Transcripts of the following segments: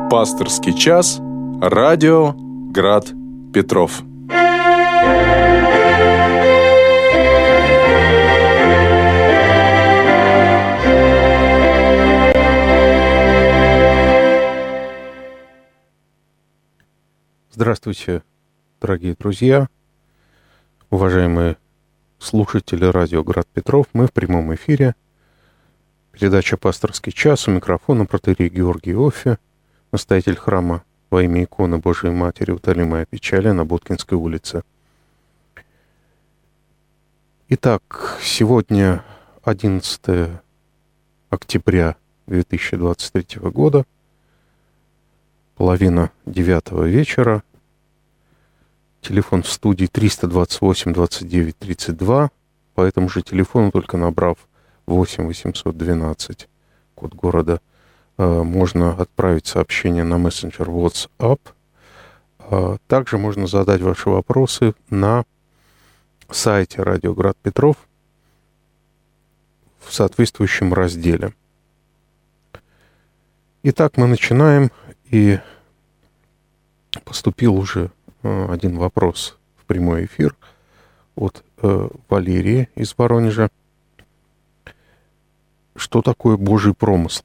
Пасторский час. Радио Град Петров. Здравствуйте, дорогие друзья, уважаемые слушатели радио Град Петров. Мы в прямом эфире. Передача «Пасторский час». У микрофона протоиерей Георгий Иоффе, настоятель храма во имя иконы Божией Матери «Утоли печали» на Боткинской улице. Итак, сегодня 11 октября 2023 года, половина 9 вечера. Телефон в студии 328 29 32. По этому же телефону, только набрав 8 812, код города, можно отправить сообщение на мессенджер WhatsApp. Также можно задать ваши вопросы на сайте Радио Град Петров в соответствующем разделе. Итак, мы начинаем, и поступил уже один вопрос в прямой эфир от Валерии из Воронежа. Что такое Божий промысл?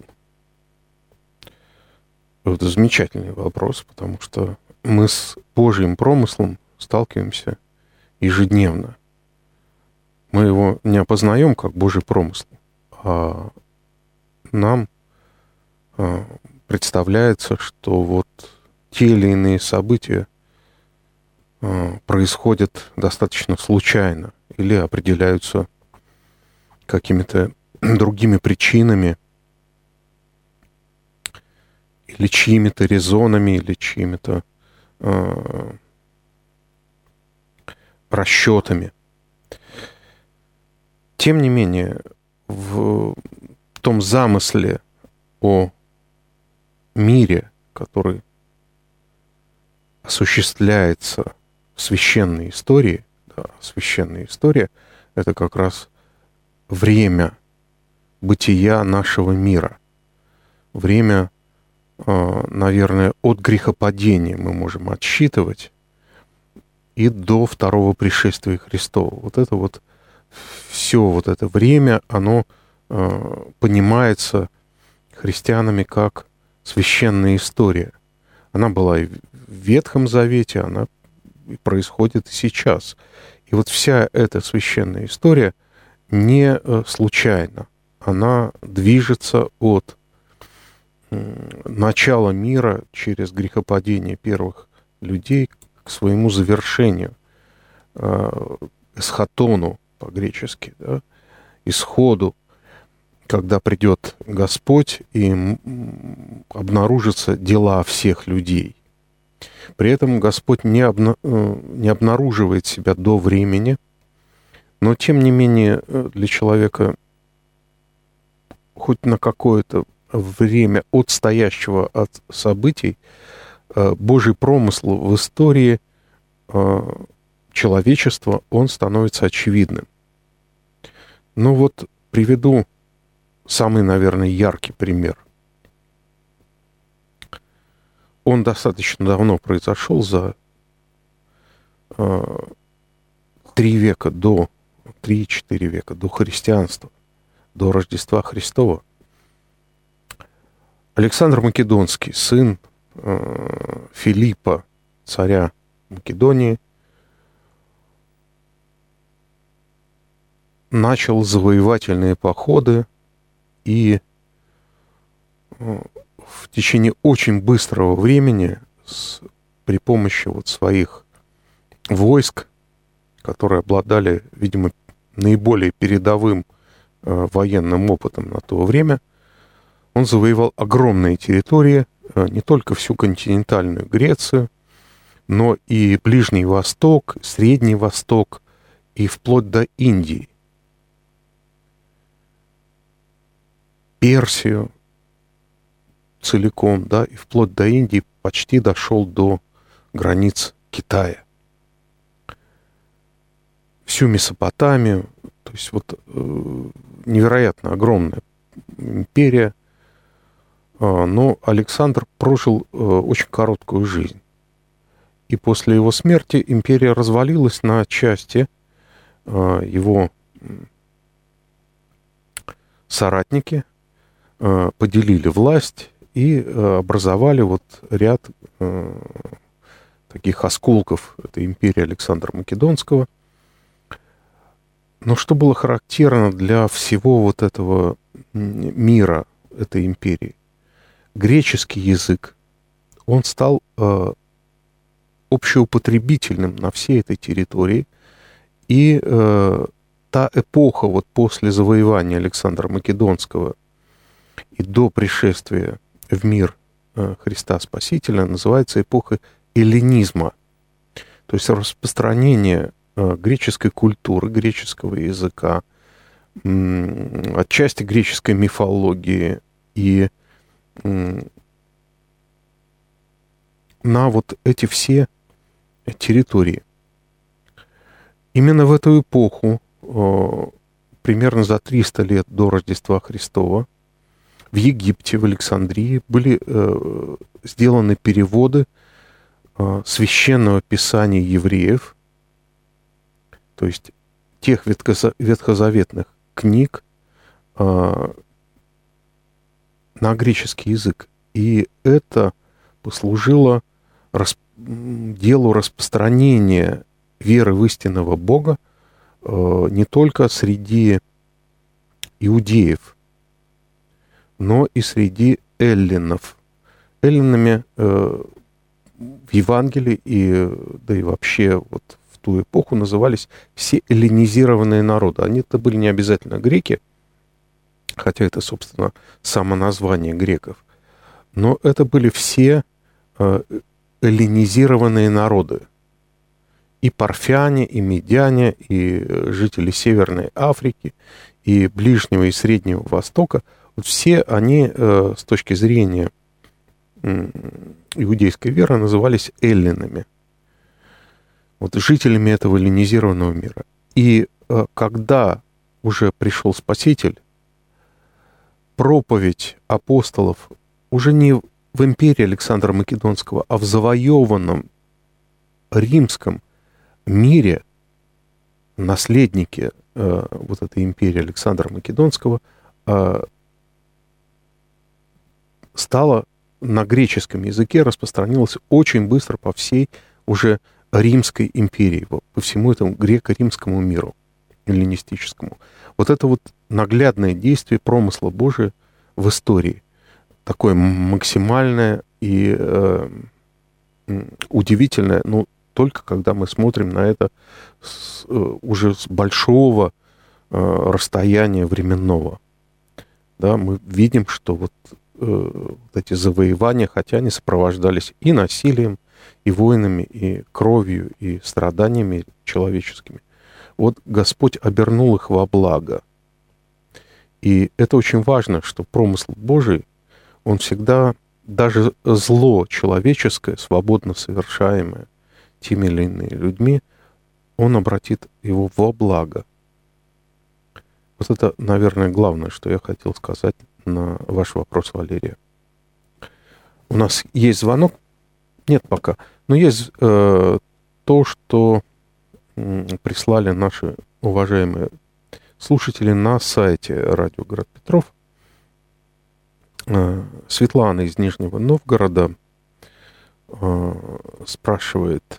Это замечательный вопрос, потому что мы с Божьим промыслом сталкиваемся ежедневно. Мы его не опознаем как Божий промысл, а нам представляется, что вот те или иные события происходят достаточно случайно или определяются какими-то другими причинами или чьими-то резонами, или чьими-то расчетами. Тем не менее, в том замысле о мире, который осуществляется в священной истории, да, священная история — это как раз время бытия нашего мира. Время, наверное, от грехопадения мы можем отсчитывать и до второго пришествия Христова. Вот это вот все вот это время, оно понимается христианами как священная история. Она была и в Ветхом Завете, она происходит и сейчас. И вот вся эта священная история не случайна. Она движется от начала мира через грехопадение первых людей к своему завершению, эсхатону по-гречески, да, исходу, когда придет Господь и обнаружатся дела всех людей. При этом Господь не обнаруживает себя до времени, но, тем не менее, для человека хоть на какое-то время отстоящего от событий Божий промысл в истории человечества, он становится очевидным. Ну вот приведу самый, наверное, яркий пример. Он достаточно давно произошел, за 3-4 века до христианства, до Рождества Христова. Александр Македонский, сын Филиппа, царя Македонии, начал завоевательные походы и в течение очень быстрого времени при помощи вот своих войск, которые обладали, видимо, наиболее передовым военным опытом на то время, он завоевал огромные территории, не только всю континентальную Грецию, но и Ближний Восток, Средний Восток и вплоть до Индии. Персию целиком, да, и вплоть до Индии, почти дошел до границ Китая. Всю Месопотамию, то есть вот невероятно огромная империя, но Александр прожил очень короткую жизнь. И после его смерти империя развалилась на части. Его соратники поделили власть и образовали вот ряд таких осколков этой империи Александра Македонского. Но что было характерно для всего вот этого мира, этой империи? Греческий язык, он стал общеупотребительным на всей этой территории. И та эпоха вот после завоевания Александра Македонского и до пришествия в мир Христа Спасителя называется эпохой эллинизма. То есть распространение греческой культуры, греческого языка, отчасти греческой мифологии и на вот эти все территории. Именно в эту эпоху, примерно за 300 лет до Рождества Христова, в Египте, в Александрии были сделаны переводы священного писания евреев, то есть тех ветхозаветных книг на греческий язык. И это послужило делу распространения веры в истинного Бога не только среди иудеев, но и среди эллинов. Эллинами в Евангелии да и вообще вот в ту эпоху назывались все эллинизированные народы. Они-то были не обязательно греки, хотя это, собственно, само название греков, но это были все эллинизированные народы. И парфяне, и медяне, и жители Северной Африки, и Ближнего и Среднего Востока, вот все они с точки зрения иудейской веры назывались эллинами, вот жителями этого эллинизированного мира. И когда уже пришел Спаситель, проповедь апостолов уже не в империи Александра Македонского, а в завоеванном римском мире, наследники вот этой империи Александра Македонского, стало на греческом языке, распространилось очень быстро по всей уже Римской империи, по всему этому греко-римскому миру, эллинистическому. Вот это вот наглядное действие промысла Божия в истории, такое максимальное и удивительное, ну, только когда мы смотрим на это уже с большого расстояния временного. Да, мы видим, что вот эти завоевания, хотя они сопровождались и насилием, и войнами, и кровью, и страданиями человеческими, вот Господь обернул их во благо. И это очень важно, что промысл Божий, он всегда, даже зло человеческое, свободно совершаемое теми или иными людьми, он обратит его во благо. Вот это, наверное, главное, что я хотел сказать на ваш вопрос, Валерия. У нас есть звонок? Нет пока. Но есть то, что прислали наши уважаемые слушатели на сайте радио «Град Петров». Светлана из Нижнего Новгорода спрашивает,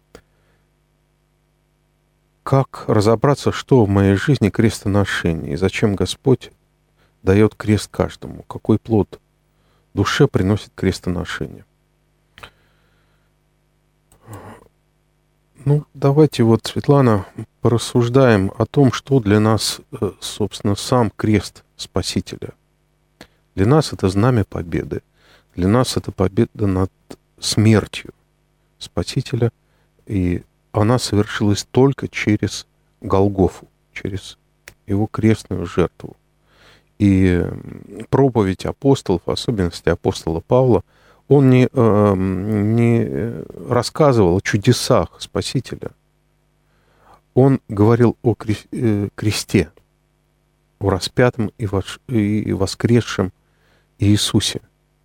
как разобраться, что в моей жизни крестоношение, и зачем Господь дает крест каждому, какой плод душе приносит крестоношение. Ну, давайте вот, Светлана, порассуждаем о том, что для нас, собственно, сам крест Спасителя. Для нас это знамя победы. Для нас это победа над смертью Спасителя. И она совершилась только через Голгофу, через его крестную жертву. И проповедь апостолов, в особенности апостола Павла, он не рассказывал о чудесах Спасителя. Он говорил о кресте, о распятом и воскресшем Иисусе.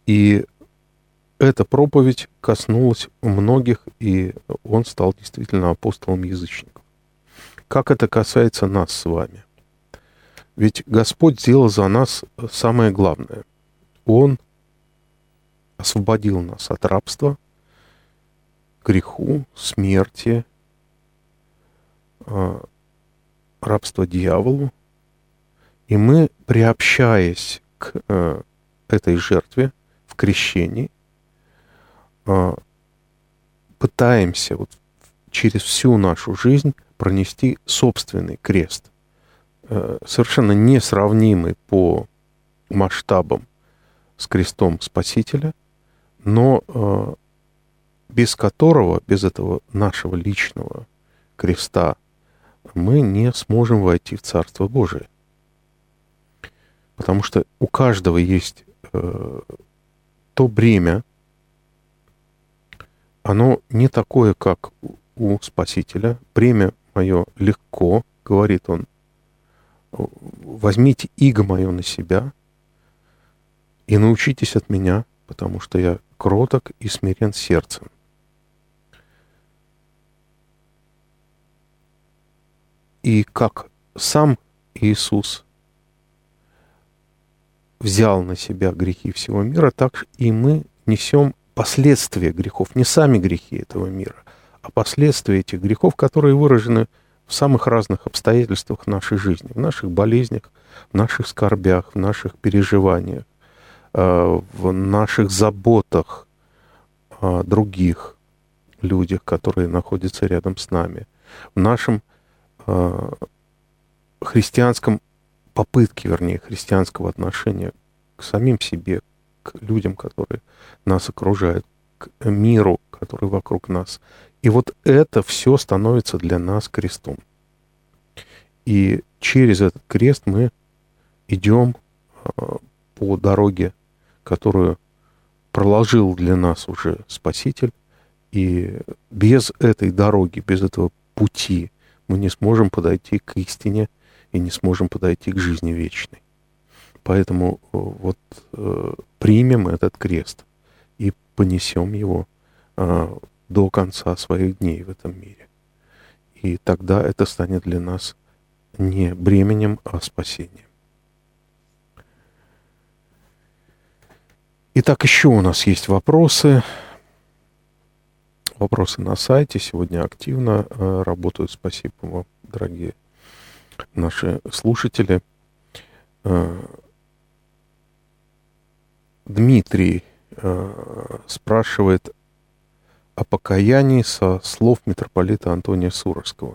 И эта проповедь коснулась многих, и он стал действительно апостолом язычников. Как это касается нас с вами? Ведь Господь сделал за нас самое главное. Он освободил нас от рабства, греху, смерти, рабства дьяволу. И мы, приобщаясь к этой жертве в крещении, пытаемся вот через всю нашу жизнь пронести собственный крест, совершенно несравнимый по масштабам с крестом Спасителя, но без которого, без этого нашего личного креста, мы не сможем войти в Царство Божие. Потому что у каждого есть то бремя, оно не такое, как у Спасителя. Бремя мое легко, говорит он, возьмите иго мое на себя и научитесь от меня, потому что я кроток и смирен сердцем. И как сам Иисус взял на себя грехи всего мира, так и мы несем последствия грехов, не сами грехи этого мира, а последствия этих грехов, которые выражены в самых разных обстоятельствах нашей жизни, в наших болезнях, в наших скорбях, в наших переживаниях, в наших заботах о других людях, которые находятся рядом с нами, в нашем христианском попытке, вернее, христианского отношения к самим себе, к людям, которые нас окружают, к миру, который вокруг нас. И вот это все становится для нас крестом. И через этот крест мы идем по дороге, которую проложил для нас уже Спаситель. И без этой дороги, без этого пути мы не сможем подойти к истине и не сможем подойти к жизни вечной. Поэтому вот примем этот крест и понесем его до конца своих дней в этом мире. И тогда это станет для нас не бременем, а спасением. Итак, еще у нас есть вопросы. Вопросы на сайте. Сегодня активно работают. Спасибо вам, дорогие наши слушатели. Дмитрий спрашивает о покаянии со слов митрополита Антония Суровского.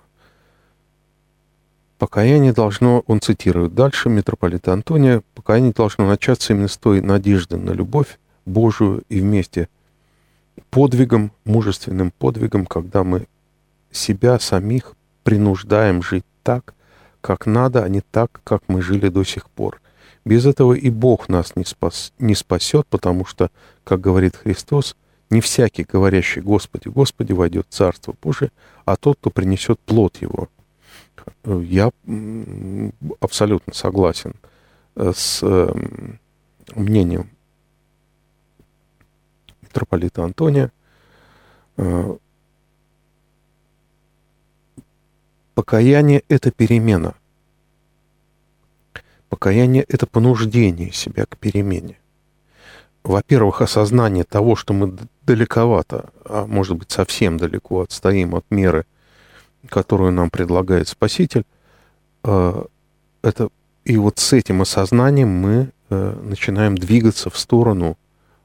Покаяние должно, он цитирует дальше митрополита Антония, покаяние должно начаться именно с той надежды на любовь Божию и вместе подвигом, мужественным подвигом, когда мы себя самих принуждаем жить так, как надо, а не так, как мы жили до сих пор. Без этого и Бог нас не спасет, потому что, как говорит Христос, не всякий, говорящий «Господи, Господи», войдет в Царство Божие, а тот, кто принесет плод Его. Я абсолютно согласен с мнением митрополита Антония. Покаяние — это перемена. Покаяние — это понуждение себя к перемене. Во-первых, осознание того, что мы далековато, а может быть совсем далеко отстоим от меры, которую нам предлагает Спаситель. И вот с этим осознанием мы начинаем двигаться в сторону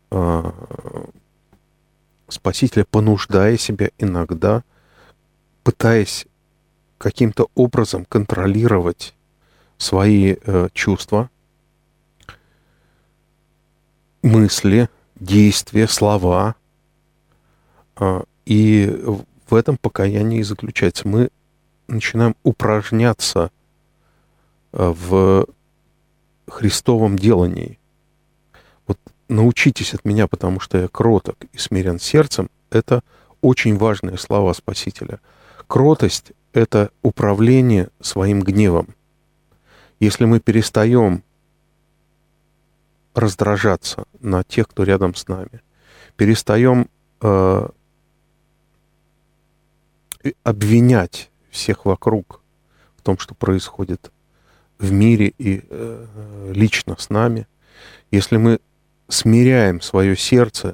Спасителя, понуждая себя иногда, пытаясь каким-то образом контролировать свои чувства, мысли, действия, слова. И в этом покаянии заключается. Мы начинаем упражняться в Христовом делании. Вот научитесь от меня, потому что я кроток и смирен сердцем. Это очень важные слова Спасителя. Кротость — это управление своим гневом. Если мы перестаем раздражаться на тех, кто рядом с нами, перестаем обвинять всех вокруг в том, что происходит в мире и лично с нами, если мы смиряем свое сердце,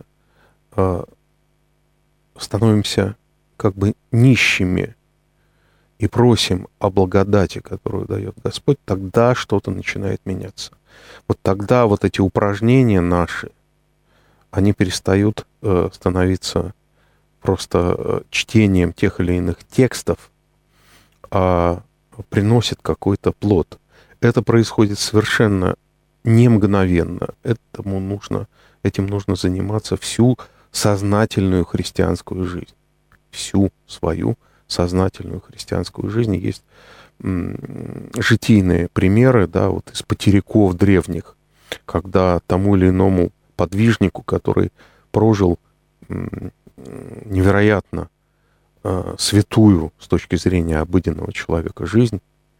становимся как бы нищими и просим о благодати, которую дает Господь, тогда что-то начинает меняться. Вот тогда вот эти упражнения наши, они перестают становиться просто чтением тех или иных текстов, а приносят какой-то плод. Это происходит совершенно не мгновенно. Этим нужно заниматься всю сознательную христианскую жизнь. Всю свою сознательную христианскую жизнь. Есть житийные примеры, да, вот из потеряков древних, когда тому или иному подвижнику, который прожил невероятно святую с точки зрения обыденного человека жизнь,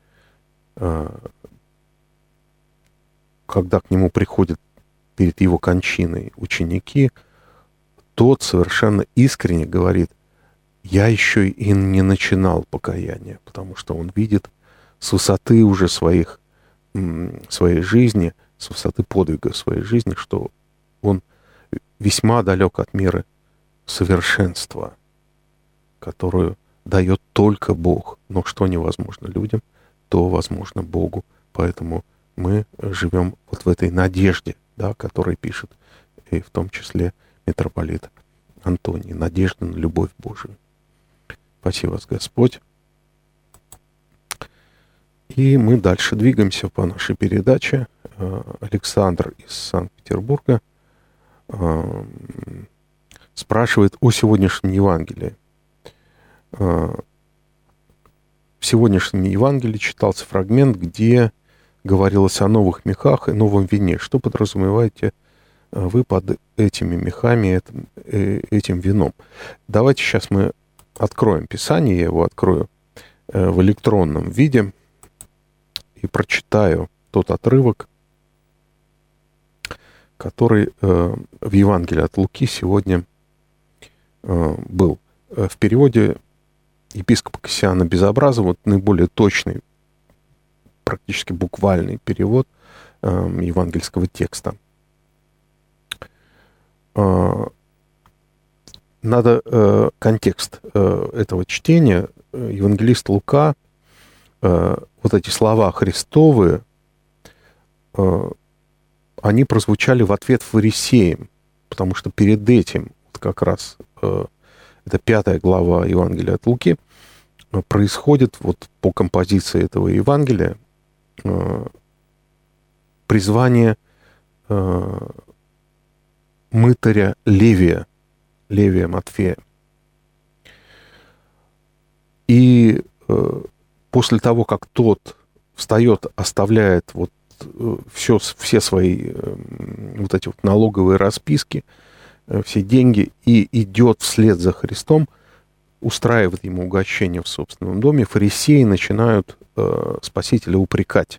когда к нему приходят перед его кончиной ученики, тот совершенно искренне говорит: я еще и не начинал покаяние, потому что он видит с высоты уже своей жизни, с высоты подвига своей жизни, что он весьма далек от меры совершенства, которую дает только Бог. Но что невозможно людям, то возможно Богу. Поэтому мы живем вот в этой надежде, да, которой пишет и в том числе митрополит Антоний. Надежда на любовь Божию. Спаси вас, Господь. И мы дальше двигаемся по нашей передаче. Александр из Санкт-Петербурга спрашивает о сегодняшнем Евангелии. В сегодняшнем Евангелии читался фрагмент, где говорилось о новых мехах и новом вине. Что подразумеваете вы под этими мехами, этим вином? Давайте сейчас мы откроем Писание, я его открою в электронном виде и прочитаю тот отрывок, который в Евангелии от Луки сегодня был. В переводе епископа Кассиана Безобразова, вот наиболее точный, практически буквальный перевод евангельского текста. Надо контекст этого чтения. Евангелист Лука, вот эти слова Христовы, они прозвучали в ответ фарисеям, потому что перед этим, вот как раз, это 5 глава Евангелия от Луки, происходит вот по композиции этого Евангелия призвание мытаря Левия Матфея. И после того, как тот встает, оставляет вот все свои вот эти вот налоговые расписки, все деньги, и идет вслед за Христом, устраивает ему угощение в собственном доме, фарисеи начинают Спасителя упрекать,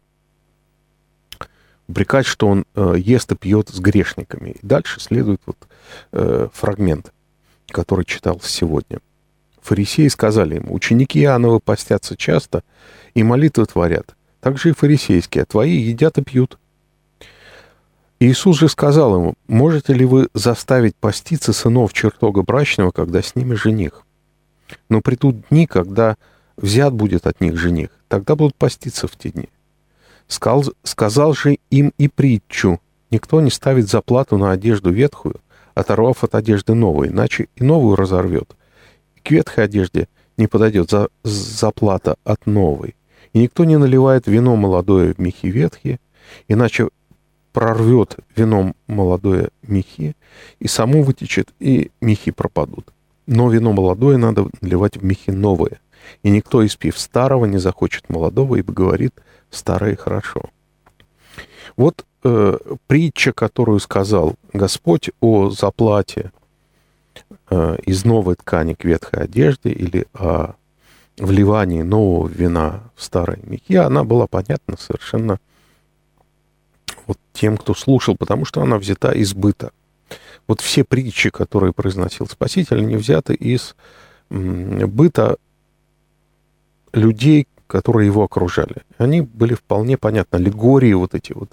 что он ест и пьет с грешниками. И дальше следует вот фрагмент, который читался сегодня. Фарисеи сказали ему: ученики Иоанновы постятся часто и молитвы творят, так же и фарисейские, а твои едят и пьют. Иисус же сказал ему: можете ли вы заставить поститься сынов чертога брачного, когда с ними жених? Но придут дни, когда взят будет от них жених, тогда будут поститься в те дни. Сказал же им и притчу: никто не ставит заплату на одежду ветхую, оторвав от одежды новой, иначе и новую разорвет. И к ветхой одежде не подойдет заплата от новой. И никто не наливает вино молодое в мехи ветхие, иначе прорвет вином молодое мехи, и само вытечет, и мехи пропадут. Но вино молодое надо наливать в мехи новые. И никто, испив старого, не захочет молодого, ибо говорит: старое хорошо. Вот притча, которую сказал Господь о заплате из новой ткани к ветхой одежде или о вливании нового вина в старые мехи, она была понятна совершенно вот тем, кто слушал, потому что она взята из быта. Вот все притчи, которые произносил Спаситель, они взяты из быта людей, которые его окружали. Они были вполне понятны. Аллегории вот эти вот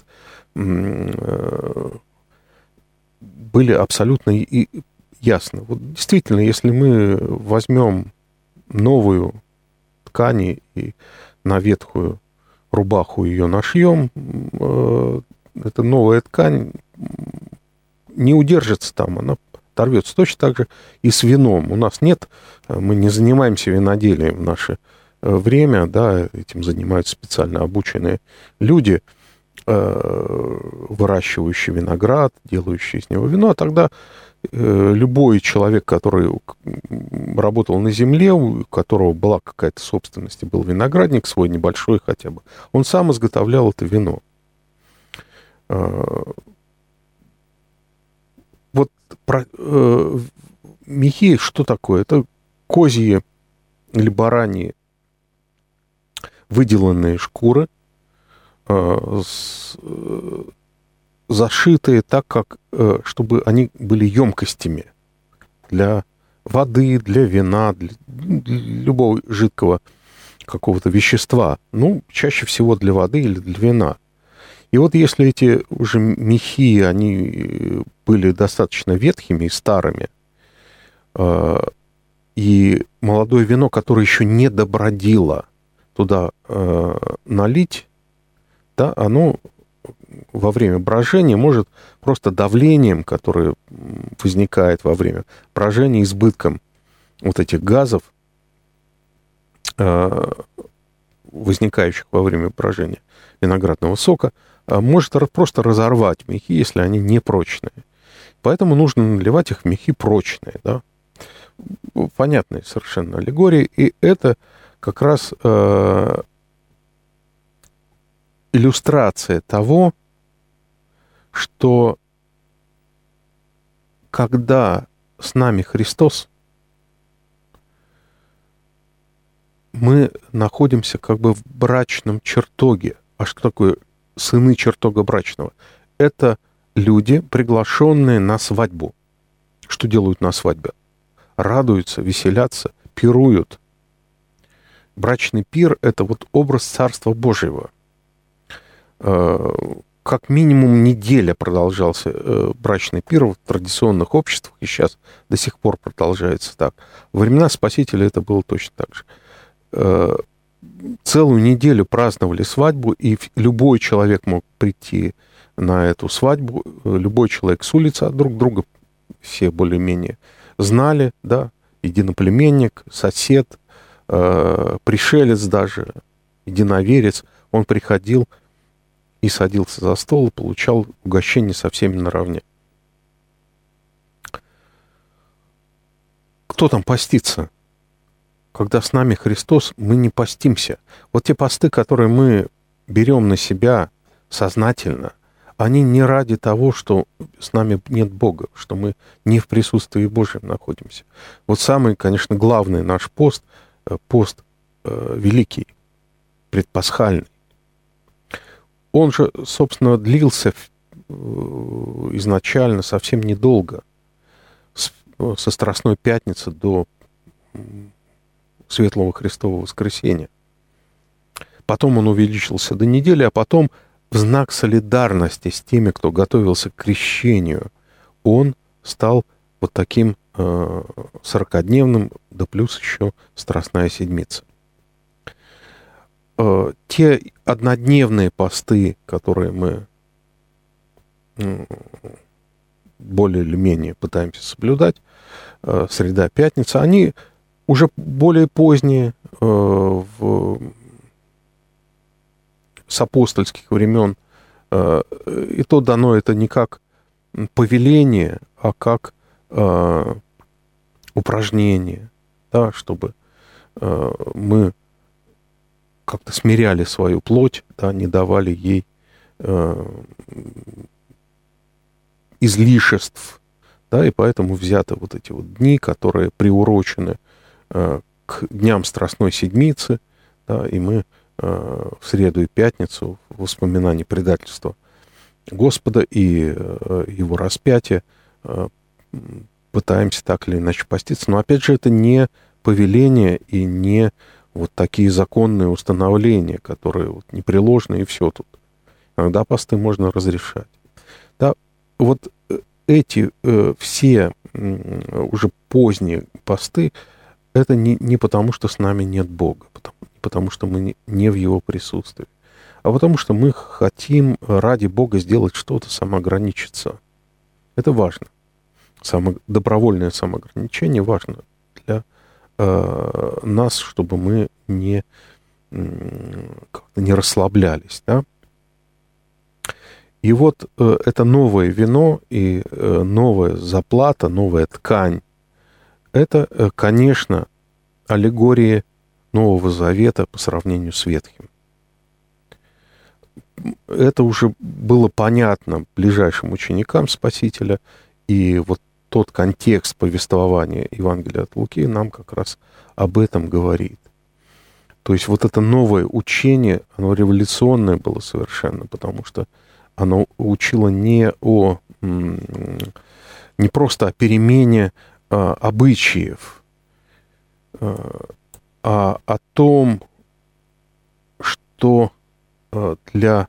были абсолютно и ясны. Вот действительно, если мы возьмем новую ткань и на ветхую рубаху ее нашьем, эта новая ткань не удержится там, она оторвется. Точно так же и с вином. У нас нет, мы не занимаемся виноделием в наше время, да, этим занимаются специально обученные люди, выращивающие виноград, делающие из него вино, а тогда любой человек, который работал на земле, у которого была какая-то собственность, и был виноградник свой небольшой хотя бы, он сам изготовлял это вино. Вот мехи что такое? Это козьи или бараньи выделанные шкуры, зашитые так, как, чтобы они были емкостями для воды, для вина, для любого жидкого какого-то вещества. Ну, чаще всего для воды или для вина. И вот если эти уже мехи, они были достаточно ветхими и старыми, и молодое вино, которое еще не добродило, туда налить, да, оно во время брожения может просто давлением, которое возникает во время брожения, избытком вот этих газов, возникающих во время брожения виноградного сока, может просто разорвать мехи, если они не прочные. Поэтому нужно наливать их в мехи прочные, да. Понятная совершенно аллегория, и это как раз иллюстрация того, что когда с нами Христос, мы находимся как бы в брачном чертоге. А что такое сыны чертога брачного? Это люди, приглашенные на свадьбу. Что делают на свадьбе? Радуются, веселятся, пируют. Брачный пир — это вот образ Царства Божьего. Как минимум неделя продолжался брачный пир в традиционных обществах, и сейчас до сих пор продолжается так. Во времена Спасителя это было точно так же. Целую неделю праздновали свадьбу, и любой человек мог прийти на эту свадьбу, любой человек с улицы от друг друга, все более-менее знали, да, единоплеменник, сосед, пришелец даже, единоверец, он приходил и садился за стол и получал угощение со всеми наравне. Кто там постится? Когда с нами Христос, мы не постимся. Вот те посты, которые мы берем на себя сознательно, они не ради того, что с нами нет Бога, что мы не в присутствии Божьем находимся. Вот самый, конечно, главный наш пост великий, предпасхальный. Он же, собственно, длился изначально совсем недолго, со Страстной Пятницы до Светлого Христового Воскресения. Потом он увеличился до недели, а потом в знак солидарности с теми, кто готовился к крещению, он стал вот таким 40-дневным, да плюс еще Страстная Седмица. Те однодневные посты, которые мы более или менее пытаемся соблюдать, среда, пятница, они уже более поздние, с апостольских времен, и то дано это не как повеление, а как упражнение, да, чтобы мы как-то смиряли свою плоть, да, не давали ей излишеств, да, и поэтому взяты вот эти вот дни, которые приурочены к дням Страстной Седмицы, да, и мы в среду и пятницу в воспоминании предательства Господа и Его распятия, пытаемся так или иначе поститься. Но, опять же, это не повеление и не вот такие законные установления, которые вот непреложны, и все тут. Иногда посты можно разрешать. Да, вот эти все уже поздние посты, это не потому, что с нами нет Бога, потому что мы не в Его присутствии, а потому что мы хотим ради Бога сделать что-то, самоограничиться. Это важно. Добровольное самоограничение важно для нас, чтобы мы не расслаблялись. Да? И вот это новое вино и новая заплата, новая ткань, это, конечно, аллегория Нового Завета по сравнению с Ветхим. Это уже было понятно ближайшим ученикам Спасителя, и вот тот контекст повествования Евангелия от Луки нам как раз об этом говорит. То есть вот это новое учение, оно революционное было совершенно, потому что оно учило не просто о перемене обычаев, а о том, что для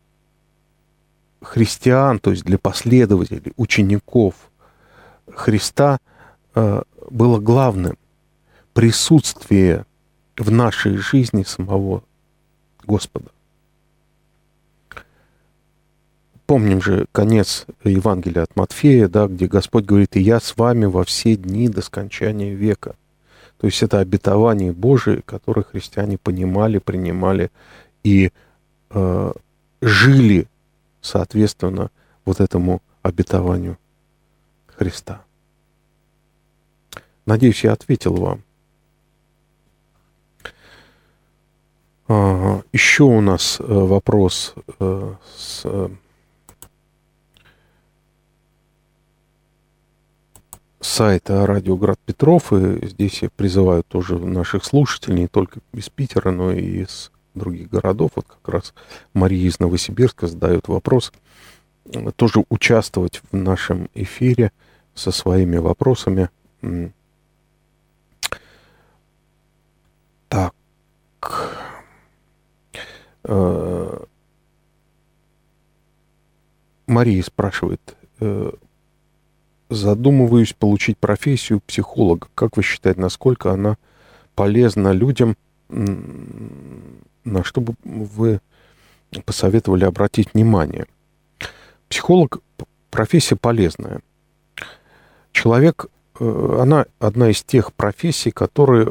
христиан, то есть для последователей, учеников Христа было главным присутствие в нашей жизни самого Господа. Помним же конец Евангелия от Матфея, да, где Господь говорит: «И я с вами во все дни до скончания века». То есть это обетование Божие, которое христиане понимали, принимали и жили соответственно вот этому обетованию Христа. Надеюсь, я ответил вам. Еще у нас вопрос с сайта «Радио Град Петров», и здесь я призываю тоже наших слушателей, не только из Питера, но и из других городов. Вот как раз Мария из Новосибирска задает вопрос, тоже участвовать в нашем эфире со своими вопросами. Так. Мария спрашивает: задумываюсь получить профессию психолога. Как вы считаете, насколько она полезна людям? На что бы вы посоветовали обратить внимание? Психолог — профессия полезная. Человек, она одна из тех профессий, которые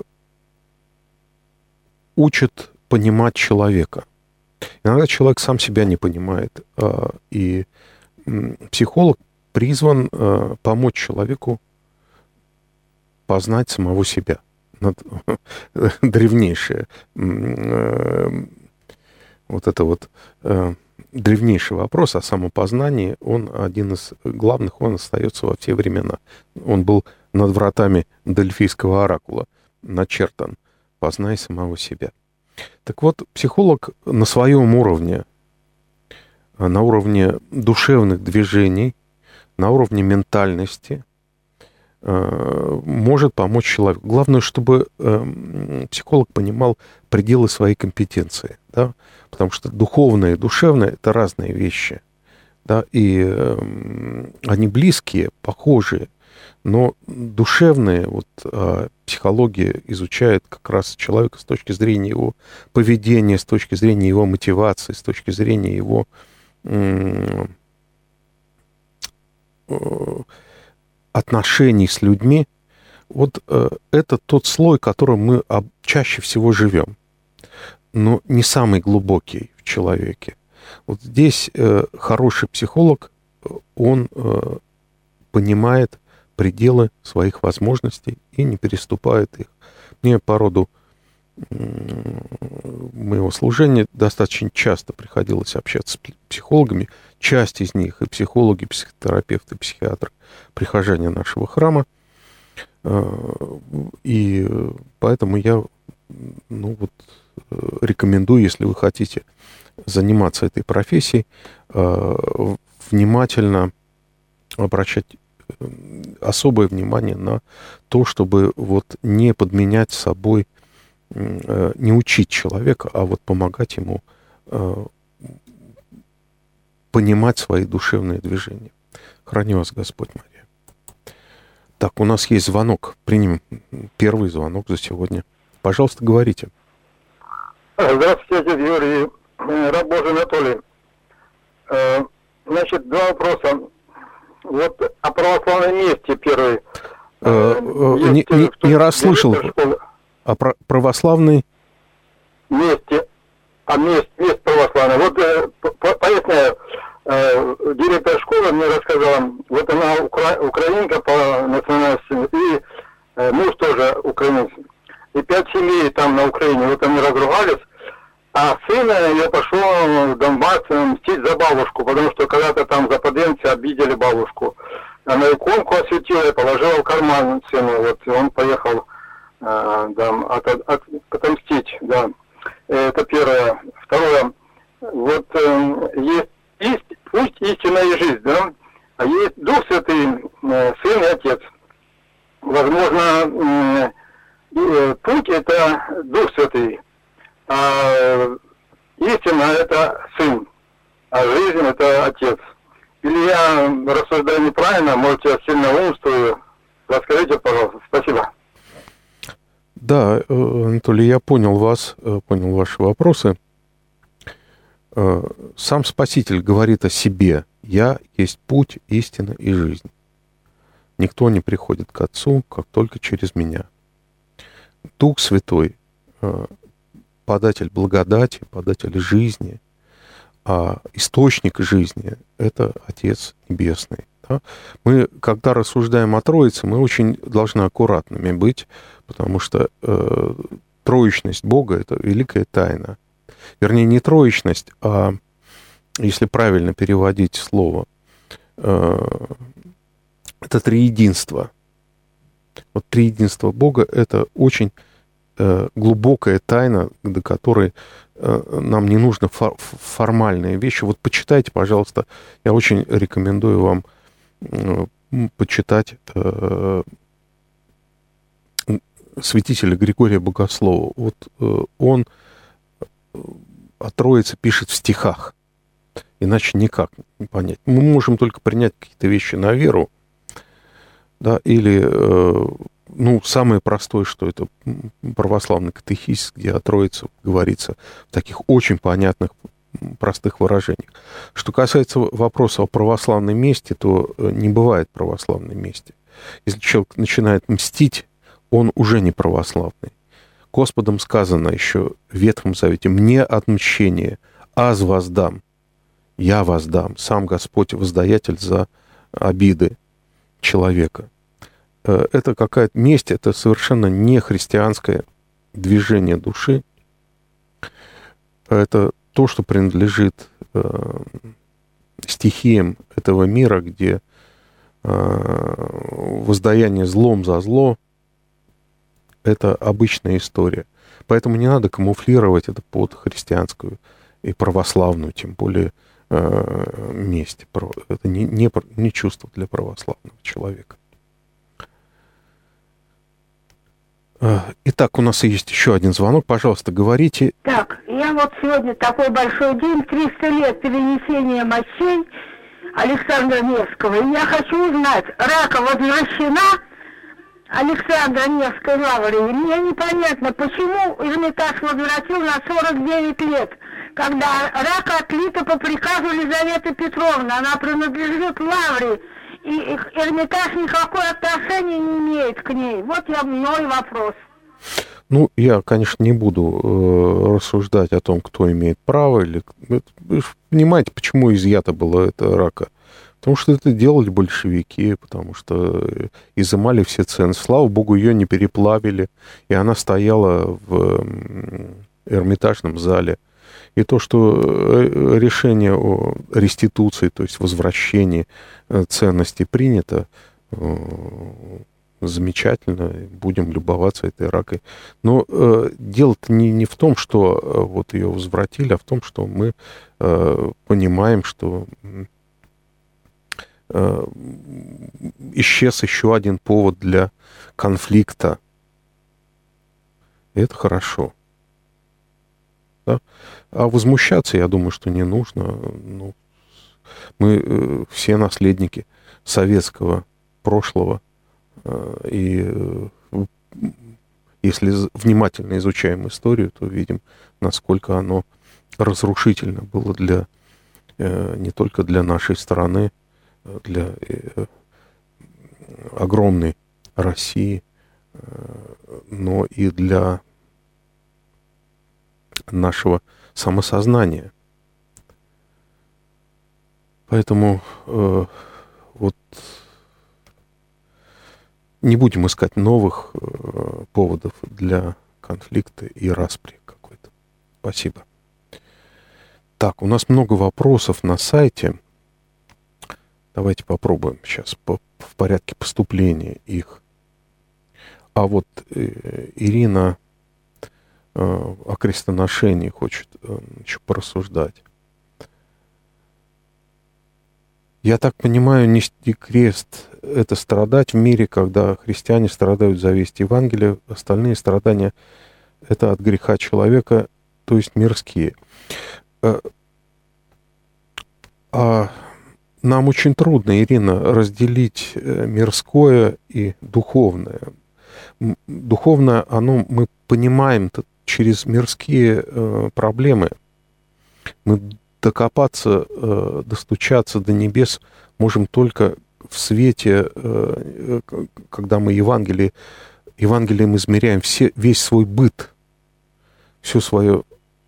учат понимать человека. Иногда человек сам себя не понимает, и психолог призван помочь человеку познать самого себя. Древнейшее, вот это вот древнейший вопрос о самопознании, он один из главных, он остается во все времена. Он был над вратами Дельфийского оракула начертан: «Познай самого себя». Так вот, психолог на своем уровне, на уровне душевных движений, на уровне ментальности может помочь человеку. Главное, чтобы психолог понимал пределы своей компетенции, да? Потому что духовное и душевное — это разные вещи, да? И они близкие, похожие, но душевные, вот психология изучает как раз человека с точки зрения его поведения, с точки зрения его мотивации, с точки зрения его отношений с людьми. Вот это тот слой, которым мы чаще всего живем, но не самый глубокий в человеке. Вот здесь хороший психолог, он понимает пределы своих возможностей и не переступает их. Мне по роду моего служения достаточно часто приходилось общаться с психологами. Часть из них, и психологи, и психотерапевты, и психиатры, прихожане нашего храма. И поэтому я рекомендую, если вы хотите заниматься этой профессией, внимательно обращать особое внимание на то, чтобы вот не подменять собой, не учить человека, а вот помогать ему понимать свои душевные движения. Храни вас Господь, Мария. Так, у нас есть звонок. Примем первый звонок за сегодня. Пожалуйста, говорите. Здравствуйте, отец Юрий, раб Божий Анатолий. Значит, два вопроса. Вот о православном месте первый. Не расслышал. О православной месте. Мест православный. Вот поясняю. Директор школы мне рассказала, вот она украинка по национальности, и муж тоже украинец. И 5 семей там на Украине, вот они разругались, а сын ее пошел в Донбасс мстить за бабушку, потому что когда-то там западенцы обидели бабушку. Она иконку осветила и положила в карман сыну, вот он поехал отомстить, да. Это первое. Второе, вот есть путь истина и жизнь, да, а есть Дух Святый, Сын и Отец. Возможно, путь это Дух Святый, а истина это Сын, а жизнь это Отец. Или я рассуждаю неправильно, может я сильно умствую. Расскажите, пожалуйста. Спасибо. Да, Анатолий, я понял вас, понял ваши вопросы. Сам Спаситель говорит о себе: «Я есть путь, истина и жизнь. Никто не приходит к Отцу, как только через Меня». Дух Святой, податель благодати, податель жизни, а источник жизни — это Отец Небесный. Да? Мы, когда рассуждаем о Троице, мы очень должны аккуратными быть, потому что троичность Бога — это великая тайна. Вернее, не троичность, а, если правильно переводить слово, это триединство. Вот триединство Бога — это очень глубокая тайна, до которой нам не нужно формальные вещи. Вот почитайте, пожалуйста, я очень рекомендую вам почитать святителя Григория Богослова. Вот он о Троице пишет в стихах. Иначе никак не понять. Мы можем только принять какие-то вещи на веру, да, или, самое простое, что это православный катехизис, где о Троице говорится в таких очень понятных, простых выражениях. Что касается вопроса о православной мести, то не бывает православной мести. Если человек начинает мстить, он уже не православный. Господом сказано еще в Ветхом Завете: «Мне отмщение, аз воздам, я воздам». Сам Господь воздаятель за обиды человека. Это какая-то месть, это совершенно не христианское движение души. Это то, что принадлежит стихиям этого мира, где воздаяние злом за зло — это обычная история. Поэтому не надо камуфлировать это под христианскую и православную, тем более месть. Это не чувство для православного человека. Итак, у нас есть еще один звонок. Пожалуйста, говорите. Так, я вот сегодня такой большой день, 300 лет перенесения мощей Александра Невского. И я хочу узнать, Рака возвращена Александра Невской лавры? Мне непонятно, почему Эрмитаж возвратил на 49 лет, когда Рака отлита по приказу Елизаветы Петровны. Она принадлежит лавре, и Эрмитаж никакое отношения не имеет к ней. Вот мой вопрос. Я, конечно, не буду рассуждать о том, кто имеет право. Вы понимаете, почему изъято было это Рака? Потому что это делали большевики, потому что изымали все цены. Слава богу, ее не переплавили, и она стояла в Эрмитажном зале. И то, что решение о реституции, то есть возвращении ценностей принято, замечательно, будем любоваться этой ракой. Но дело-то не в том, что вот ее возвратили, а в том, что мы понимаем, что исчез еще один повод для конфликта. И это хорошо. Да? А возмущаться, я думаю, что не нужно. Ну, мы все наследники советского прошлого. И если внимательно изучаем историю, то видим, насколько оно разрушительно было для, не только для нашей страны, для огромной России, но и для нашего самосознания. Поэтому вот не будем искать новых поводов для конфликта и распри какой-то. Спасибо. Так, у нас много вопросов на сайте. Давайте попробуем сейчас в порядке поступления их. А вот Ирина о крестоношении хочет еще порассуждать. Я так понимаю, нести крест — это страдать в мире, когда христиане страдают за весть Евангелия, остальные страдания — это от греха человека, то есть мирские. А нам очень трудно, Ирина, разделить мирское и духовное. Духовное, оно мы понимаем через мирские проблемы. Мы докопаться, достучаться до небес можем только в свете, когда мы Евангелием измеряем весь свой быт, всю свою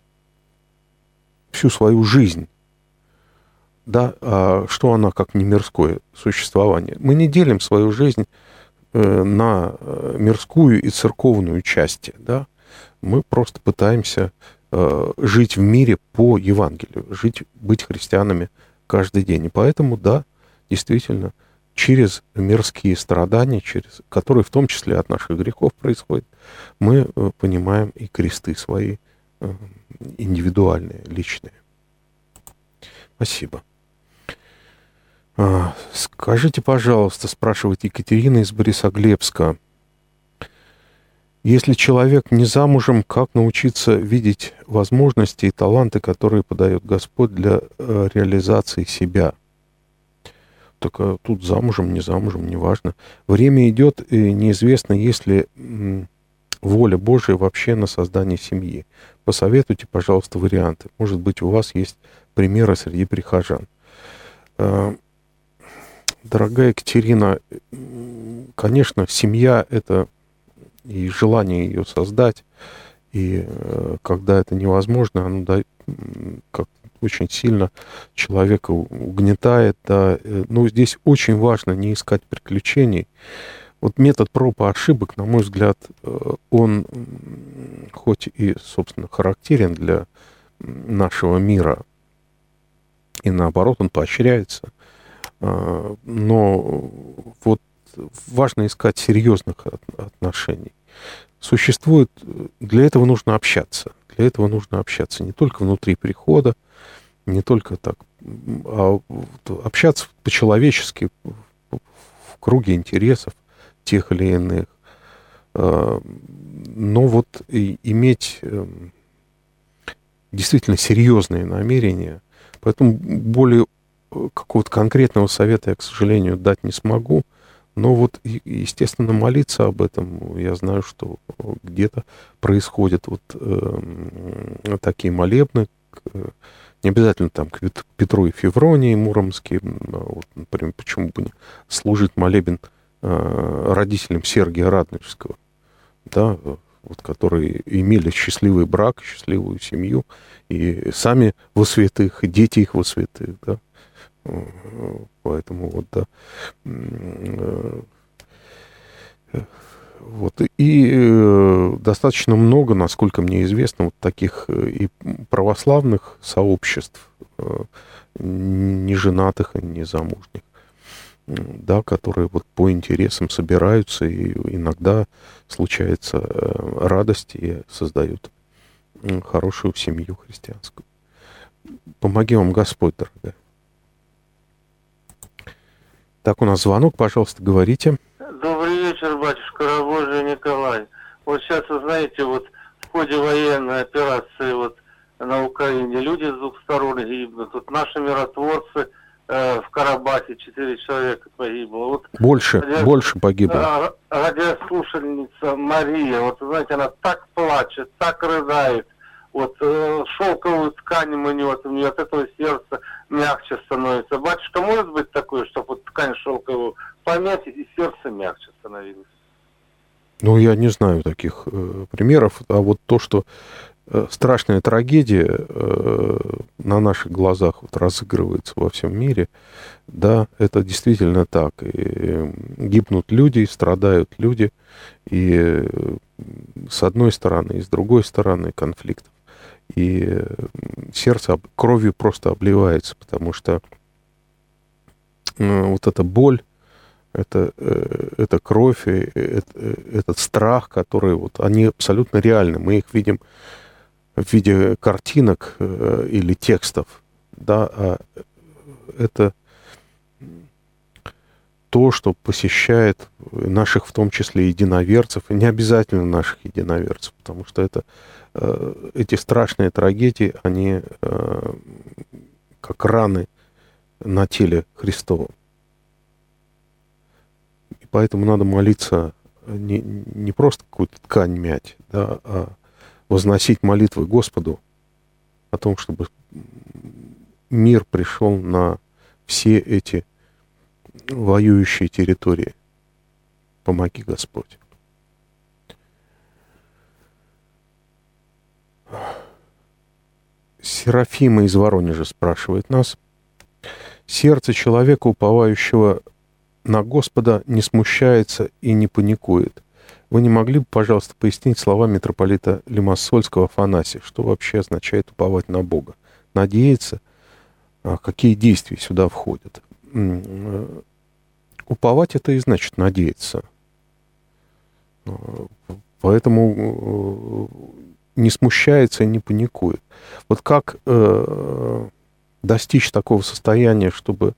жизнь. Да? А что она, как не мирское существование? Мы не делим свою жизнь на мирскую и церковную части. Да? Мы просто пытаемся жить в мире по Евангелию, быть христианами каждый день. И поэтому, да, действительно, через мирские страдания, которые в том числе от наших грехов происходят, мы понимаем и кресты свои индивидуальные, личные. Спасибо. Скажите, пожалуйста, спрашивает Екатерина из Борисоглебска, если человек не замужем, как научиться видеть возможности и таланты, которые подает Господь для реализации себя? Так тут замужем, не замужем, неважно. Время идет, и неизвестно, есть ли воля Божия вообще на создание семьи. Посоветуйте, пожалуйста, варианты. Может быть, у вас есть примеры среди прихожан. Дорогая Екатерина, конечно, семья — это и желание ее создать, и когда это невозможно, оно как очень сильно человека угнетает. Да. Но здесь очень важно не искать приключений. Вот метод проб и ошибок, на мой взгляд, он хоть и, собственно, характерен для нашего мира, и наоборот, он поощряется, но вот важно искать серьезных отношений. Существует, для этого нужно общаться. Для этого нужно общаться не только внутри прихода, не только так, а общаться по-человечески, в круге интересов тех или иных. Но вот иметь действительно серьезные намерения. Поэтому более какого-то конкретного совета я, к сожалению, дать не смогу. Но вот, естественно, молиться об этом. Я знаю, что где-то происходят вот такие молебны, не обязательно там к Петру и Февронии Муромские. Вот, например, почему бы не служить молебен родителям Сергия Радонежского, да, вот, которые имели счастливый брак, счастливую семью, и сами во святых, и дети их во святых, да. Поэтому вот, да. Вот. И достаточно много, насколько мне известно, вот таких и православных сообществ, неженатых и незамужних. да, которые вот по интересам собираются, и иногда случается радость и создают хорошую семью христианскую. Помоги вам Господь, дорогая. Так, у нас звонок, пожалуйста, говорите. Добрый вечер, батюшка Рабожий Николай. Вот сейчас, вы знаете, вот в ходе военной операции вот на Украине люди с двух сторон гибнут. Вот наши миротворцы в Карабахе 4 человека погибло. Вот больше погибло. Радиослушательница Мария, вот, знаете, она так плачет, так рыдает. Вот шелковую ткань мнет, у нее от этого сердце мягче становится. Батюшка, может быть такое, чтобы вот ткань шелковую помять, и сердце мягче становилось? Ну, я не знаю таких примеров. А вот то, что страшная трагедия на наших глазах вот разыгрывается во всем мире, да, это действительно так. И гибнут люди, страдают люди, и с одной стороны, и с другой стороны конфликтов. И сердце кровью просто обливается, потому что вот эта боль, это кровь, этот страх, который вот, они абсолютно реальны. Мы их видим в виде картинок или текстов, да, а это то, что посещает наших, в том числе, единоверцев, и не обязательно наших единоверцев, потому что эти страшные трагедии, они как раны на теле Христовом. И поэтому надо молиться не просто какую-то ткань мять, да, а возносить молитвы Господу о том, чтобы мир пришел на все эти воюющие территории. Помоги, Господь. Серафима из Воронежа спрашивает нас. Сердце человека, уповающего на Господа, не смущается и не паникует. Вы не могли бы, пожалуйста, пояснить слова митрополита Лимассольского Афанасия, что вообще означает уповать на Бога? Надеяться? Какие действия сюда входят? Уповать — это и значит надеяться. Поэтому не смущается и не паникует. Вот как достичь такого состояния, чтобы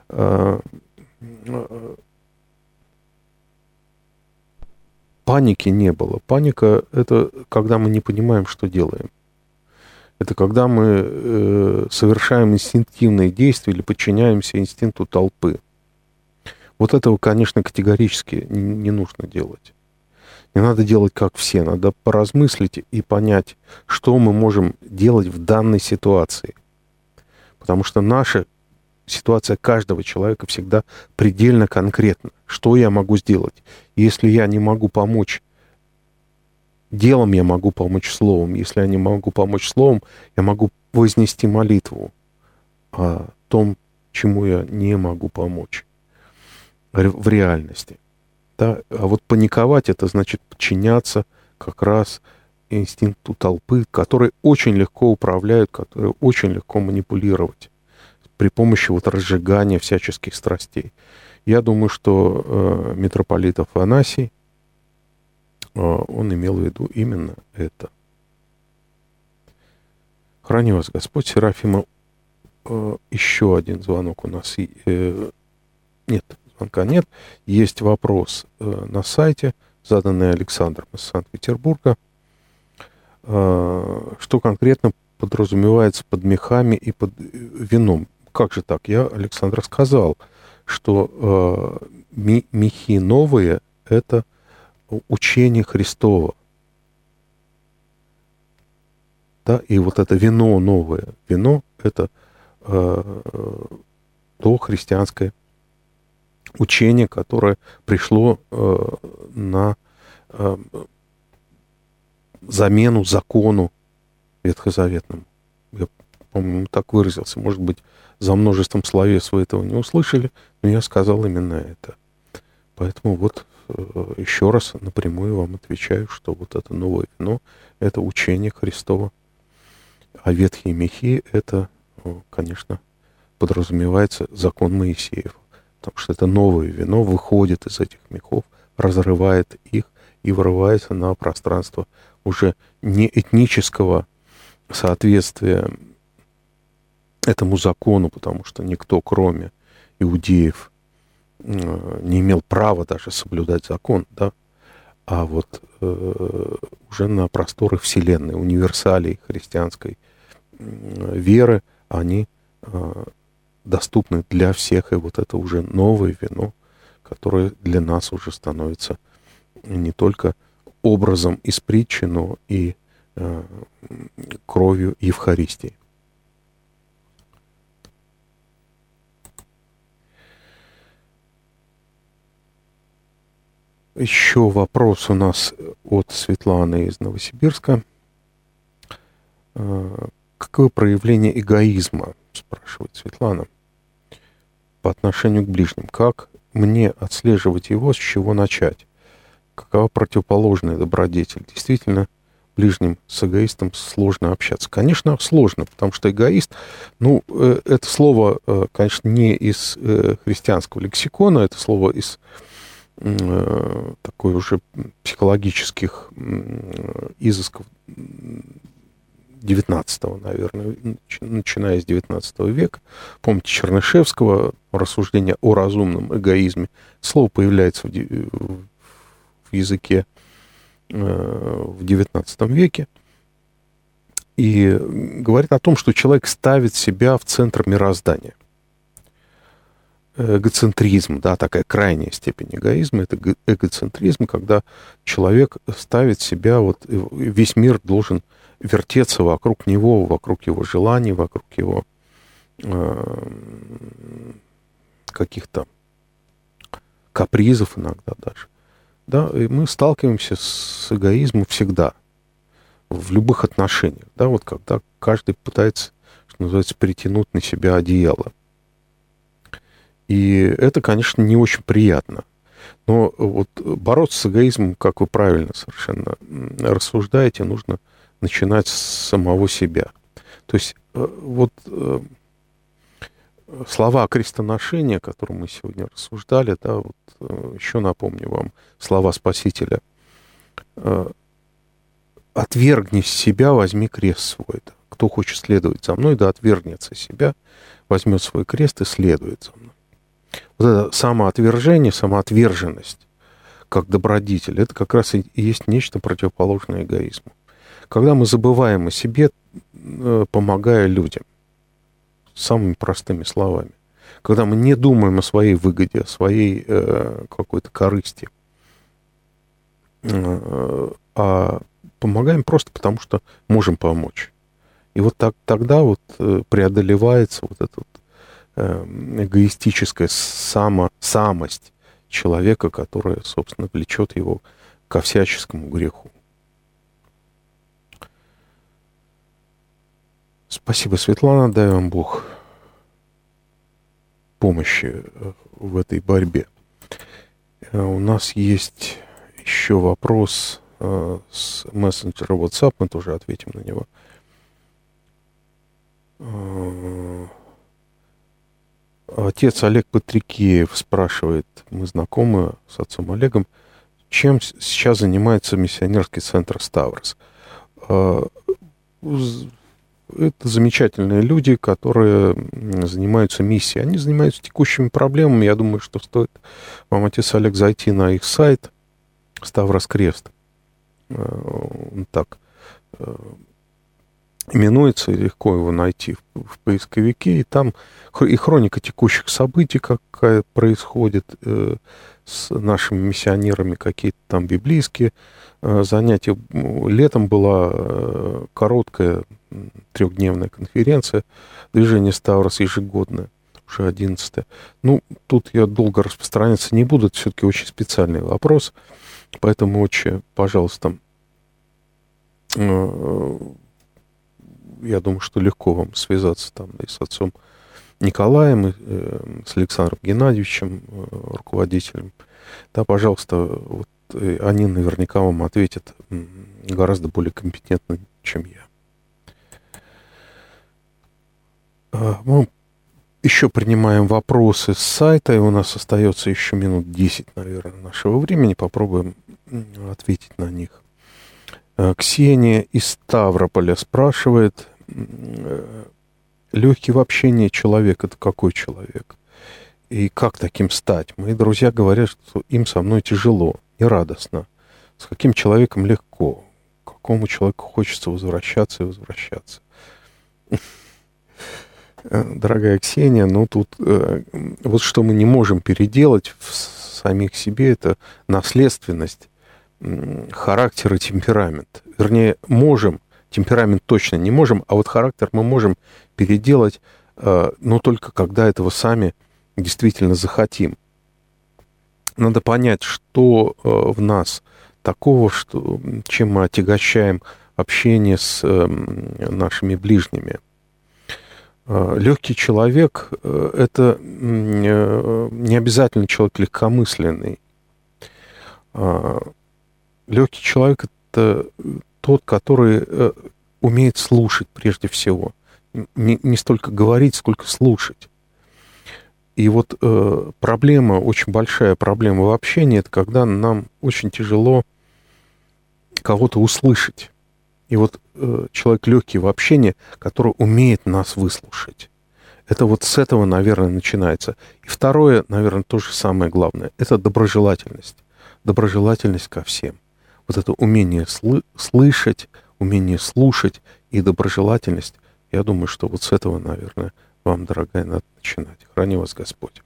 паники не было? Паника — это когда мы не понимаем, что делаем. Это когда мы совершаем инстинктивные действия или подчиняемся инстинкту толпы. Вот этого, конечно, категорически не нужно делать. Не надо делать, как все. Надо поразмыслить и понять, что мы можем делать в данной ситуации. Потому что наша ситуация каждого человека всегда предельно конкретна. Что я могу сделать? Если я не могу помочь делом, я могу помочь словом. Если я не могу помочь словом, я могу вознести молитву о том, чему я не могу помочь в реальности. Да? А вот паниковать — это значит подчиняться как раз инстинкту толпы, который очень легко управляют, который очень легко манипулировать при помощи вот разжигания всяческих страстей. Я думаю, что митрополит Афанасий, он имел в виду именно это. Храни вас Господь. Серафима, еще один звонок у нас. Нет, звонка нет. Есть вопрос на сайте, заданный Александром из Санкт-Петербурга. Что конкретно подразумевается под мехами и под вином? Как же так? Я, Александр, сказал, что мехи новые — это учение Христово. Да? И вот это вино новое. Вино — это то христианское учение, которое пришло на замену закону ветхозаветному. Я, по-моему, так выразился. Может быть, за множеством словес вы этого не услышали, но я сказал именно это. Поэтому вот еще раз напрямую вам отвечаю, что вот это новое вино — это учение Христово. А ветхие мехи — это, конечно, подразумевается закон Моисеев. потому что это новое вино выходит из этих мехов, разрывает их и вырывается на пространство уже не этнического соответствия этому закону, потому что никто, кроме иудеев, не имел права даже соблюдать закон, да, а вот уже на просторы Вселенной, универсалей христианской веры, они доступны для всех, и вот это уже новое вино, которое для нас уже становится не только образом из притчи, но и кровью Евхаристии. Еще вопрос у нас от Светланы из Новосибирска. Какое проявление эгоизма, спрашивает Светлана, по отношению к ближним? Как мне отслеживать его, с чего начать? Какова противоположная добродетель? Действительно, ближним с эгоистом сложно общаться. Конечно, сложно, потому что эгоист, это слово, конечно, не из христианского лексикона, это слово из такой уже психологических изысков 19-го, наверное, начиная с 19 века. Помните Чернышевского «Рассуждение о разумном эгоизме». Слово появляется в языке в 19 веке и говорит о том, что человек ставит себя в центр мироздания. Эгоцентризм, да, такая крайняя степень эгоизма, это эгоцентризм, когда человек ставит себя, вот весь мир должен вертеться вокруг него, вокруг его желаний, вокруг его каких-то капризов иногда даже. Да, и мы сталкиваемся с эгоизмом всегда, в любых отношениях, да, вот когда каждый пытается, что называется, притянуть на себя одеяло. И это, конечно, не очень приятно. Но вот бороться с эгоизмом, как вы правильно совершенно рассуждаете, нужно начинать с самого себя. То есть вот слова крестоношения, о которых мы сегодня рассуждали, да, вот еще напомню вам слова Спасителя. «Отвергни себя, возьми крест свой». Да. Кто хочет следовать за мной, да отвергнется себя, возьмет свой крест и следует за мной. Вот это самоотвержение, самоотверженность, как добродетель, это как раз и есть нечто противоположное эгоизму. Когда мы забываем о себе, помогая людям, самыми простыми словами. Когда мы не думаем о своей выгоде, о своей какой-то корысти, а помогаем просто потому, что можем помочь. И вот тогда вот преодолевается вот эта вот эгоистическая самость человека, которая, собственно, влечет его ко всяческому греху. Спасибо, Светлана, дай вам Бог помощи в этой борьбе. У нас есть еще вопрос с мессенджера WhatsApp, мы тоже ответим на него. Отец Олег Патрикеев спрашивает, мы знакомы с отцом Олегом, чем сейчас занимается миссионерский центр «Ставрос». Это замечательные люди, которые занимаются миссией. Они занимаются текущими проблемами. Я думаю, что стоит вам, отец Олег, зайти на их сайт «Ставрос Крест». Так именуется, легко его найти в поисковике, и там и хроника текущих событий, какая происходит с нашими миссионерами, какие-то там библейские занятия. Летом была короткая 3-дневная конференция «Движение Ставрос» ежегодная, уже 11-я. Тут я долго распространяться не буду, это все-таки очень специальный вопрос, поэтому, отче, пожалуйста, я думаю, что легко вам связаться там и с отцом Николаем, и с Александром Геннадьевичем, руководителем. Да, пожалуйста, вот они наверняка вам ответят гораздо более компетентно, чем я. Мы Еще принимаем вопросы с сайта, и у нас остается еще минут 10, наверное, нашего времени. Попробуем ответить на них. Ксения из Ставрополя спрашивает, легкий в общении человек — это какой человек? И как таким стать? Мои друзья говорят, что им со мной тяжело, нерадостно. С каким человеком легко? К какому человеку хочется возвращаться и возвращаться? Дорогая Ксения, ну тут вот что мы не можем переделать в самих себе, это наследственность, характер и темперамент. Вернее, можем, темперамент точно не можем, а вот характер мы можем переделать, но только когда этого сами действительно захотим. Надо понять, что в нас такого, что, чем мы отягощаем общение с нашими ближними. Легкий человек — это не обязательно человек легкомысленный. Легкий человек — это тот, который умеет слушать прежде всего. Не столько говорить, сколько слушать. И вот проблема, очень большая проблема в общении — это когда нам очень тяжело кого-то услышать. И вот человек легкий в общении, который умеет нас выслушать. Это вот с этого, наверное, начинается. И второе, наверное, тоже самое главное — это доброжелательность. Доброжелательность ко всем. Вот это умение слышать, умение слушать и доброжелательность. Я думаю, что вот с этого, наверное, вам, дорогая, надо начинать. Храни вас Господь.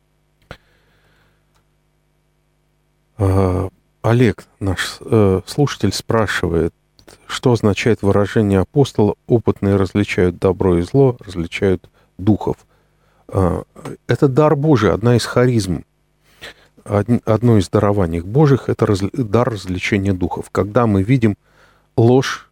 Олег, наш слушатель, спрашивает, что означает выражение апостола: опытные различают добро и зло, различают духов. Это дар Божий, одна из харизм. Одно из дарований Божьих — это дар развлечения духов. Когда мы видим ложь,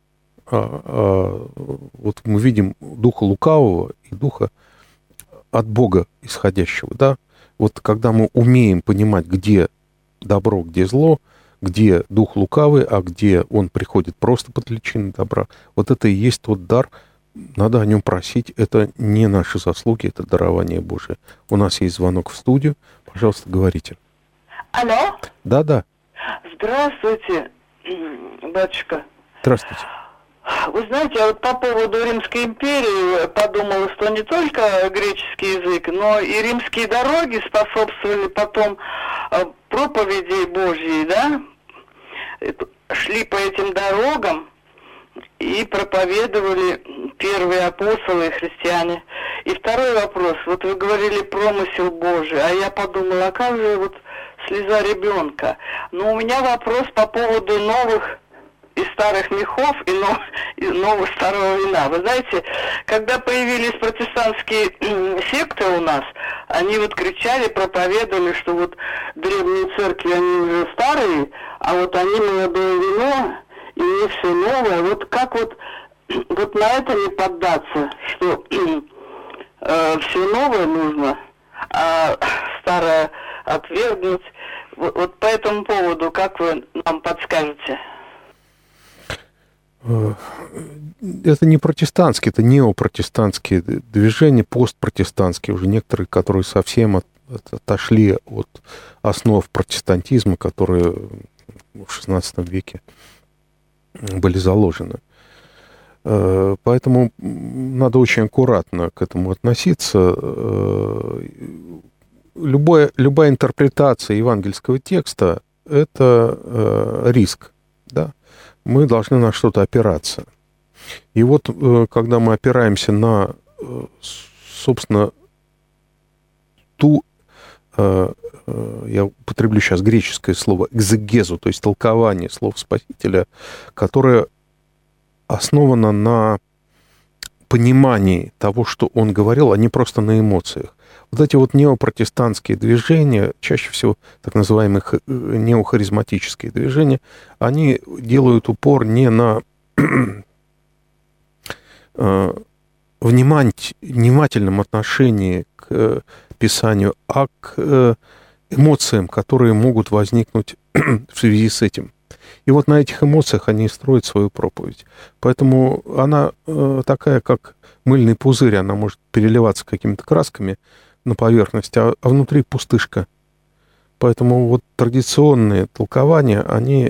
вот мы видим духа лукавого и духа от Бога исходящего, да? Вот когда мы умеем понимать, где добро, где зло, где дух лукавый, а где он приходит просто под личиной добра, вот это и есть тот дар, надо о нем просить. Это не наши заслуги, это дарование Божие. У нас есть звонок в студию. Пожалуйста, говорите. Алло? Да. Здравствуйте, батюшка. Здравствуйте. Вы знаете, я вот по поводу Римской империи подумала, что не только греческий язык, но и римские дороги способствовали потом проповеди Божьей, да? Шли по этим дорогам и проповедовали первые апостолы и христиане. И второй вопрос. Вот вы говорили промысел Божий, а я подумала, а как же вот слеза ребенка? Но у меня вопрос по поводу новых и старых мехов и нового старого вина. Вы знаете, когда появились протестантские секты у нас, они вот кричали, проповедовали, что вот древние церкви, они уже старые, а вот они молодое вино, и не все новое. Вот как вот на это не поддаться, что все новое нужно, а старое отвергнуть. Вот по этому поводу, как вы нам подскажете? Это не протестантские, это неопротестантские движения, постпротестантские уже некоторые, которые совсем отошли от основ протестантизма, которые в XVI веке были заложены. Поэтому надо очень аккуратно к этому относиться. Любая интерпретация евангельского текста — это риск, да? Мы должны на что-то опираться. И вот, когда мы опираемся на, собственно, я употреблю сейчас греческое слово, экзегезу, то есть толкование слов Спасителя, которое основано на понимании того, что он говорил, а не просто на эмоциях. Вот эти вот неопротестантские движения, чаще всего так называемые неохаризматические движения, они делают упор не на внимательном отношении к Писанию, а к эмоциям, которые могут возникнуть в связи с этим. И вот на этих эмоциях они строят свою проповедь. Поэтому она такая, как мыльный пузырь, она может переливаться какими-то красками на поверхность, а внутри пустышка. Поэтому вот традиционные толкования, они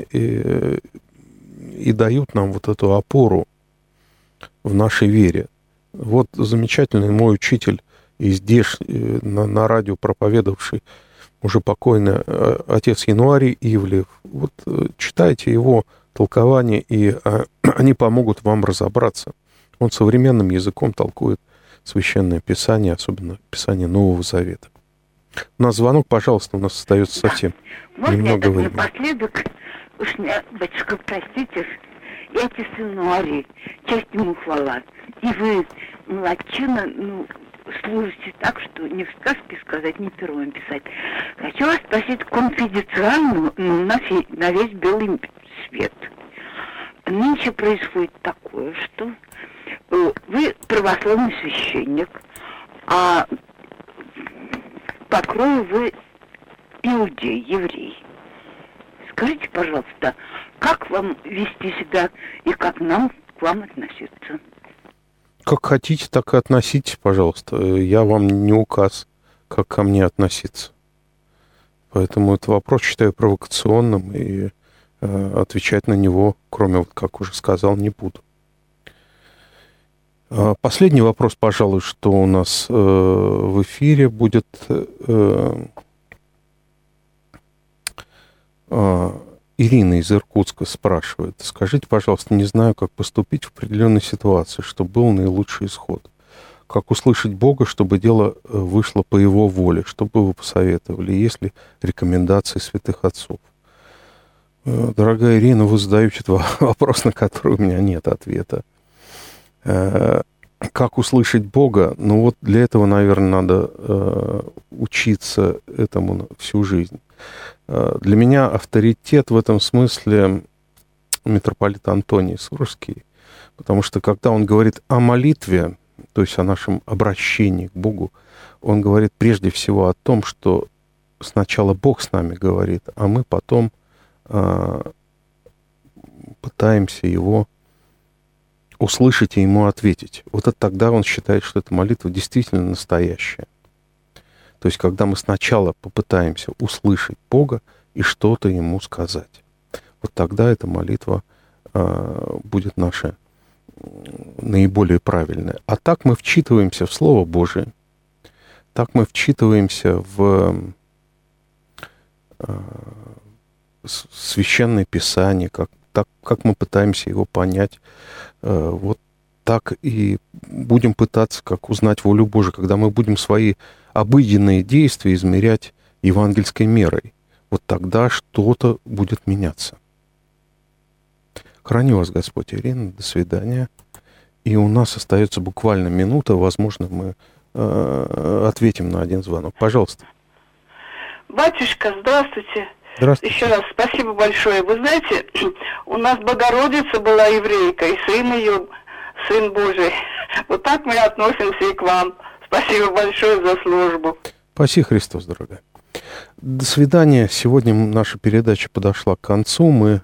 и дают нам вот эту опору в нашей вере. Вот замечательный мой учитель здесь на радио проповедовавший, уже покойный отец Януарий Ивлев. Вот читайте его толкования, и они помогут вам разобраться. Он современным языком толкует Священное Писание, особенно Писание Нового Завета. У нас звонок, пожалуйста, у нас остается совсем немного времени. Напоследок, уж меня, батюшка, простите, я отец Януарий, честь ему хвала. И вы, молодчина, служите так, что не в сказке сказать, не пером писать. Хочу вас спросить конфиденциально, на весь белый свет. Нынче происходит такое, что вы православный священник, а по крою вы иудей, еврей. Скажите, пожалуйста, как вам вести себя и как нам к вам относиться? Как хотите, так и относитесь, пожалуйста. Я вам не указ, как ко мне относиться. Поэтому этот вопрос считаю провокационным, и отвечать на него, кроме, вот, как уже сказал, не буду. Последний вопрос, пожалуй, что у нас в эфире будет. Ирина из Иркутска спрашивает. Скажите, пожалуйста, не знаю, как поступить в определенной ситуации, чтобы был наилучший исход. Как услышать Бога, чтобы дело вышло по Его воле? Что бы вы посоветовали? Есть ли рекомендации святых отцов? Дорогая Ирина, вы задаете вопрос, на который у меня нет ответа. Как услышать Бога? Ну вот для этого, наверное, надо учиться этому всю жизнь. Для меня авторитет в этом смысле митрополит Антоний Сурожский, потому что когда он говорит о молитве, то есть о нашем обращении к Богу, он говорит прежде всего о том, что сначала Бог с нами говорит, а мы потом пытаемся Его услышать и Ему ответить. Вот это тогда он считает, что эта молитва действительно настоящая. То есть, когда мы сначала попытаемся услышать Бога и что-то Ему сказать. Вот тогда эта молитва будет наша наиболее правильная. А так мы вчитываемся в Слово Божие, так мы вчитываемся в Священное Писание, как мы пытаемся его понять. Вот так и будем пытаться как узнать волю Божию, когда мы будем свои обыденные действия измерять евангельской мерой. Вот тогда что-то будет меняться. Храни вас Господь, Ирина. До свидания. И у нас остается буквально минута. Возможно, мы ответим на один звонок. Пожалуйста. Батюшка, здравствуйте. Здравствуйте. Еще раз спасибо большое. Вы знаете, у нас Богородица была еврейка, и сын ее, Сын Божий. Вот так мы относимся и к вам. Спасибо большое за службу. Спаси Христос, дорогая. До свидания. Сегодня наша передача подошла к концу. Мы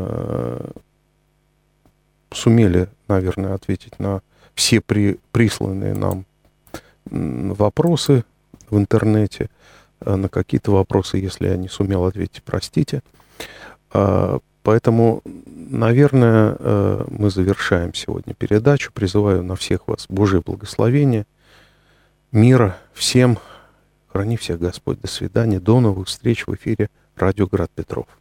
сумели, наверное, ответить на все присланные нам вопросы в интернете. На какие-то вопросы, если я не сумел ответить, простите. Поэтому, наверное, мы завершаем сегодня передачу. Призываю на всех вас Божие благословение, мира всем. Храни всех Господь. До свидания. До новых встреч в эфире Радио Град Петров.